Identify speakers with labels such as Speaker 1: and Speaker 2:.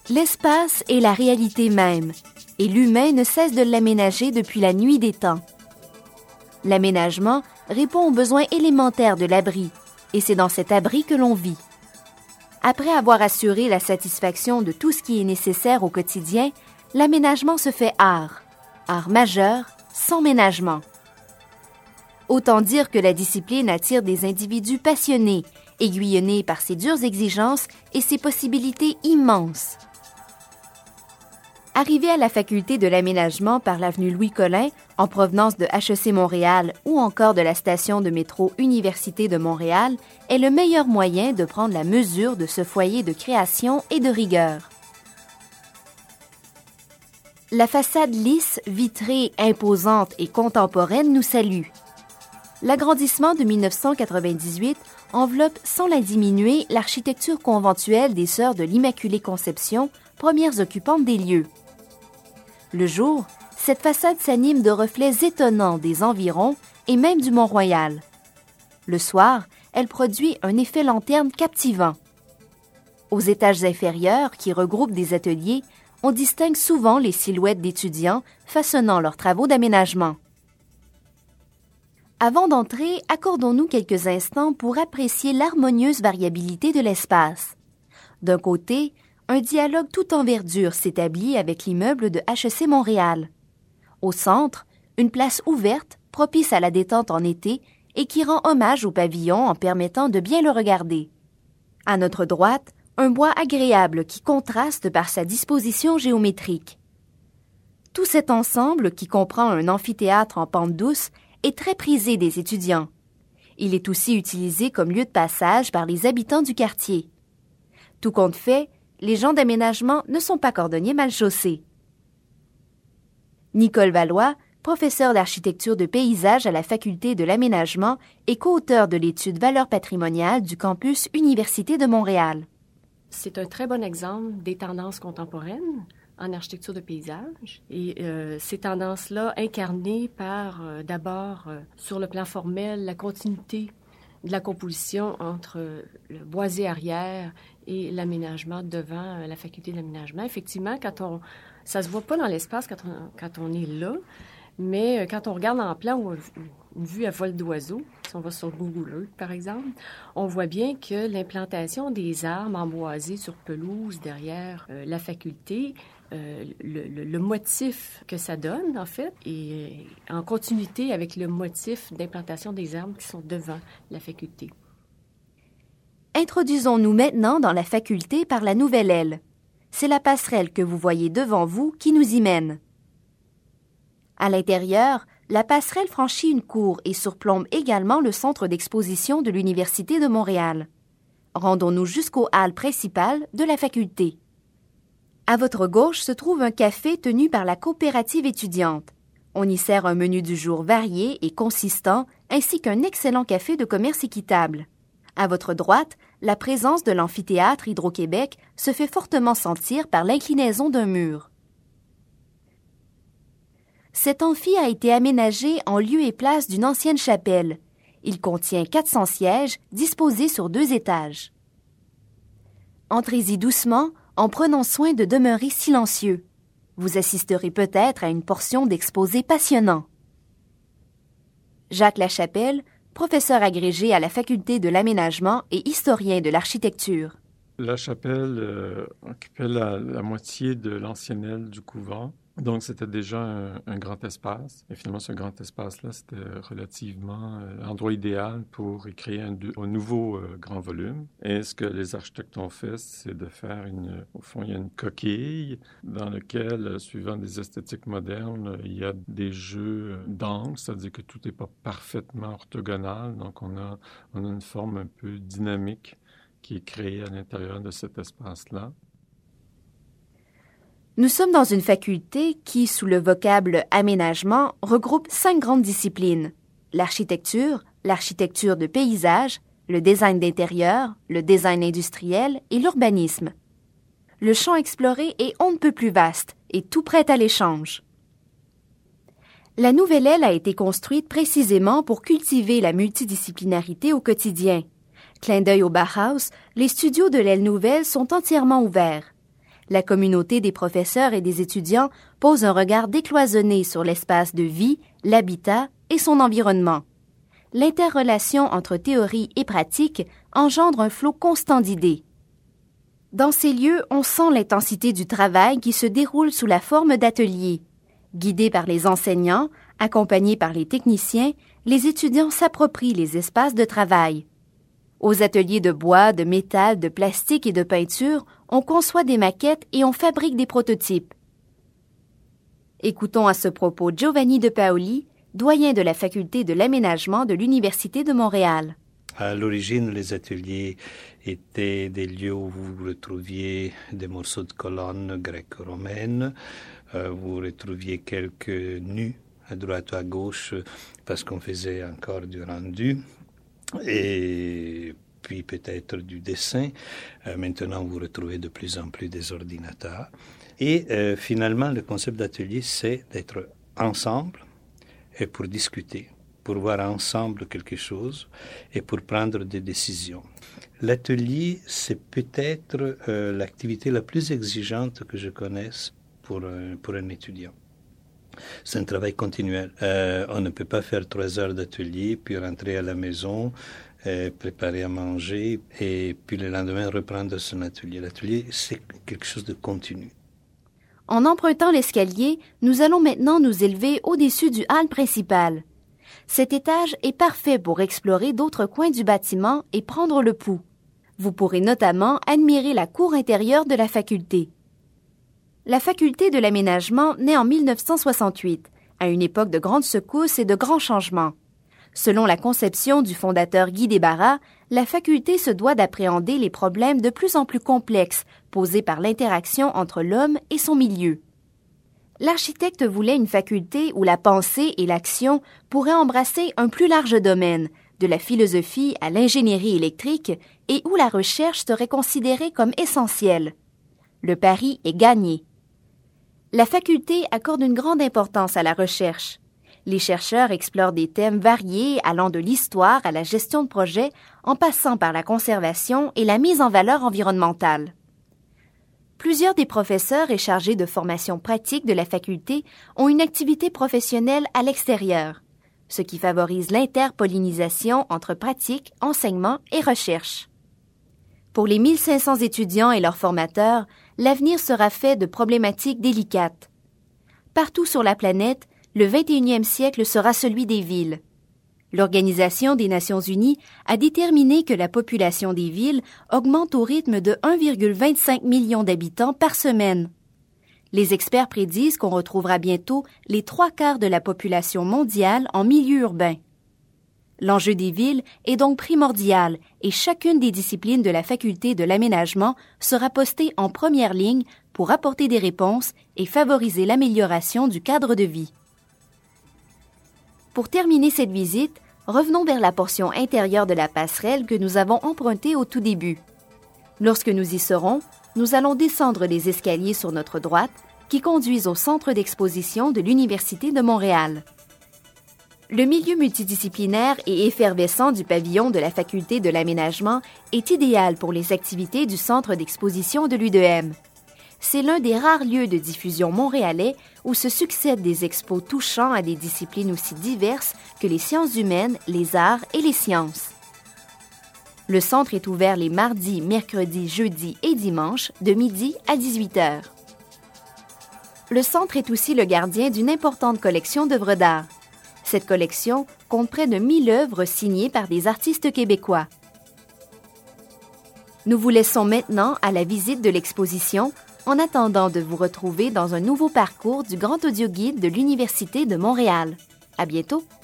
Speaker 1: L'espace est la réalité même, et l'humain ne cesse de l'aménager depuis la nuit des temps. L'aménagement répond aux besoins élémentaires de l'abri, et c'est dans cet abri que l'on vit. Après avoir assuré la satisfaction de tout ce qui est nécessaire au quotidien, l'aménagement se fait art majeur, sans ménagement. Autant dire que la discipline attire des individus passionnés, aiguillonnés par ses dures exigences et ses possibilités immenses. Arrivé à la faculté de l'aménagement par l'avenue Louis-Collin, en provenance de HEC Montréal ou encore de la station de métro Université de Montréal, est le meilleur moyen de prendre la mesure de ce foyer de création et de rigueur. La façade lisse, vitrée, imposante et contemporaine nous salue. L'agrandissement de 1998 enveloppe sans la diminuer l'architecture conventuelle des Sœurs de l'Immaculée Conception, premières occupantes des lieux. Le jour, cette façade s'anime de reflets étonnants des environs et même du Mont-Royal. Le soir, elle produit un effet lanterne captivant. Aux étages inférieurs, qui regroupent des ateliers, on distingue souvent les silhouettes d'étudiants façonnant leurs travaux d'aménagement. Avant d'entrer, accordons-nous quelques instants pour apprécier l'harmonieuse variabilité de l'espace. D'un côté, un dialogue tout en verdure s'établit avec l'immeuble de HEC Montréal. Au centre, une place ouverte, propice à la détente en été et qui rend hommage au pavillon en permettant de bien le regarder. À notre droite, un bois agréable qui contraste par sa disposition géométrique. Tout cet ensemble, qui comprend un amphithéâtre en pente douce, est très prisé des étudiants. Il est aussi utilisé comme lieu de passage par les habitants du quartier. Tout compte fait, les gens d'aménagement ne sont pas cordonniers mal chaussés. Nicole Valois, professeure d'architecture de paysage à la Faculté de l'aménagement et co-auteure de l'étude Valeurs patrimoniales du campus Université de Montréal.
Speaker 2: C'est un très bon exemple des tendances contemporaines en architecture de paysage. Et ces tendances-là incarnées par, d'abord, sur le plan formel, la continuité de la composition entre le boisé arrière et l'aménagement devant la faculté de l'aménagement. Effectivement, ça se voit pas dans l'espace quand on est là, mais quand on regarde en plan ou une vue à vol d'oiseau, si on va sur Google Earth, par exemple, on voit bien que l'implantation des arbres emboisés sur pelouse derrière la faculté, le motif que ça donne, en fait, est en continuité avec le motif d'implantation des arbres qui sont devant la faculté.
Speaker 1: Introduisons-nous maintenant dans la faculté par la nouvelle aile. C'est la passerelle que vous voyez devant vous qui nous y mène. À l'intérieur, la passerelle franchit une cour et surplombe également le centre d'exposition de l'Université de Montréal. Rendons-nous jusqu'au hall principal de la faculté. À votre gauche se trouve un café tenu par la coopérative étudiante. On y sert un menu du jour varié et consistant, ainsi qu'un excellent café de commerce équitable. À votre droite, la présence de l'amphithéâtre Hydro-Québec se fait fortement sentir par l'inclinaison d'un mur. Cet amphi a été aménagé en lieu et place d'une ancienne chapelle. Il contient 400 sièges disposés sur 2 étages. Entrez-y doucement en prenant soin de demeurer silencieux. Vous assisterez peut-être à une portion d'exposé passionnant. Jacques Lachapelle, professeur agrégé à la Faculté de l'aménagement et historien de l'architecture.
Speaker 3: La chapelle occupait la moitié de l'ancienne aile du couvent. Donc, c'était déjà un grand espace. Et finalement, ce grand espace-là, c'était relativement l'endroit idéal pour créer un nouveau grand volume. Et ce que les architectes ont fait, c'est de faire au fond, il y a une coquille dans laquelle, suivant des esthétiques modernes, il y a des jeux d'angles, c'est-à-dire que tout n'est pas parfaitement orthogonal. Donc, on a une forme un peu dynamique qui est créée à l'intérieur de cet espace-là.
Speaker 1: Nous sommes dans une faculté qui, sous le vocable aménagement, regroupe 5 grandes disciplines: l'architecture de paysage, le design d'intérieur, le design industriel et l'urbanisme. Le champ exploré est on ne peut plus vaste et tout prêt à l'échange. La nouvelle aile a été construite précisément pour cultiver la multidisciplinarité au quotidien. Clin d'œil au Bauhaus, les studios de l'aile nouvelle sont entièrement ouverts. La communauté des professeurs et des étudiants pose un regard décloisonné sur l'espace de vie, l'habitat et son environnement. L'interrelation entre théorie et pratique engendre un flot constant d'idées. Dans ces lieux, on sent l'intensité du travail qui se déroule sous la forme d'ateliers. Guidés par les enseignants, accompagnés par les techniciens, les étudiants s'approprient les espaces de travail. Aux ateliers de bois, de métal, de plastique et de peinture, on conçoit des maquettes et on fabrique des prototypes. Écoutons à ce propos Giovanni De Paoli, doyen de la faculté de l'aménagement de l'Université de Montréal.
Speaker 4: À l'origine, les ateliers étaient des lieux où vous retrouviez des morceaux de colonnes grecques-romaines, vous retrouviez quelques nus à droite ou à gauche parce qu'on faisait encore du rendu et puis peut-être du dessin. Maintenant, vous retrouvez de plus en plus des ordinateurs. Et finalement, le concept d'atelier, c'est d'être ensemble et pour discuter, pour voir ensemble quelque chose et pour prendre des décisions. L'atelier, c'est peut-être l'activité la plus exigeante que je connaisse pour un étudiant. C'est un travail continuel. On ne peut pas faire 3 heures d'atelier, puis rentrer à la maison, préparer à manger, et puis le lendemain reprendre son atelier. L'atelier, c'est quelque chose de continu.
Speaker 1: En empruntant l'escalier, nous allons maintenant nous élever au-dessus du hall principal. Cet étage est parfait pour explorer d'autres coins du bâtiment et prendre le pouls. Vous pourrez notamment admirer la cour intérieure de la faculté. La faculté de l'aménagement naît en 1968, à une époque de grandes secousses et de grands changements. Selon la conception du fondateur Guy Desbarats, la faculté se doit d'appréhender les problèmes de plus en plus complexes posés par l'interaction entre l'homme et son milieu. L'architecte voulait une faculté où la pensée et l'action pourraient embrasser un plus large domaine, de la philosophie à l'ingénierie électrique, et où la recherche serait considérée comme essentielle. Le pari est gagné. La faculté accorde une grande importance à la recherche. Les chercheurs explorent des thèmes variés allant de l'histoire à la gestion de projets, en passant par la conservation et la mise en valeur environnementale. Plusieurs des professeurs et chargés de formation pratique de la faculté ont une activité professionnelle à l'extérieur, ce qui favorise l'interpollinisation entre pratique, enseignement et recherche. Pour les 1500 étudiants et leurs formateurs, l'avenir sera fait de problématiques délicates. Partout sur la planète, le 21e siècle sera celui des villes. L'Organisation des Nations unies a déterminé que la population des villes augmente au rythme de 1,25 million d'habitants par semaine. Les experts prédisent qu'on retrouvera bientôt les 3/4 de la population mondiale en milieu urbain. L'enjeu des villes est donc primordial et chacune des disciplines de la faculté de l'aménagement sera postée en première ligne pour apporter des réponses et favoriser l'amélioration du cadre de vie. Pour terminer cette visite, revenons vers la portion intérieure de la passerelle que nous avons empruntée au tout début. Lorsque nous y serons, nous allons descendre les escaliers sur notre droite qui conduisent au centre d'exposition de l'Université de Montréal. Le milieu multidisciplinaire et effervescent du pavillon de la Faculté de l'aménagement est idéal pour les activités du centre d'exposition de l'UDM. C'est l'un des rares lieux de diffusion montréalais où se succèdent des expos touchant à des disciplines aussi diverses que les sciences humaines, les arts et les sciences. Le centre est ouvert les mardis, mercredis, jeudis et dimanches de midi à 18h. Le centre est aussi le gardien d'une importante collection d'œuvres d'art. Cette collection compte près de 1000 œuvres signées par des artistes québécois. Nous vous laissons maintenant à la visite de l'exposition en attendant de vous retrouver dans un nouveau parcours du Grand Audio Guide de l'Université de Montréal. À bientôt!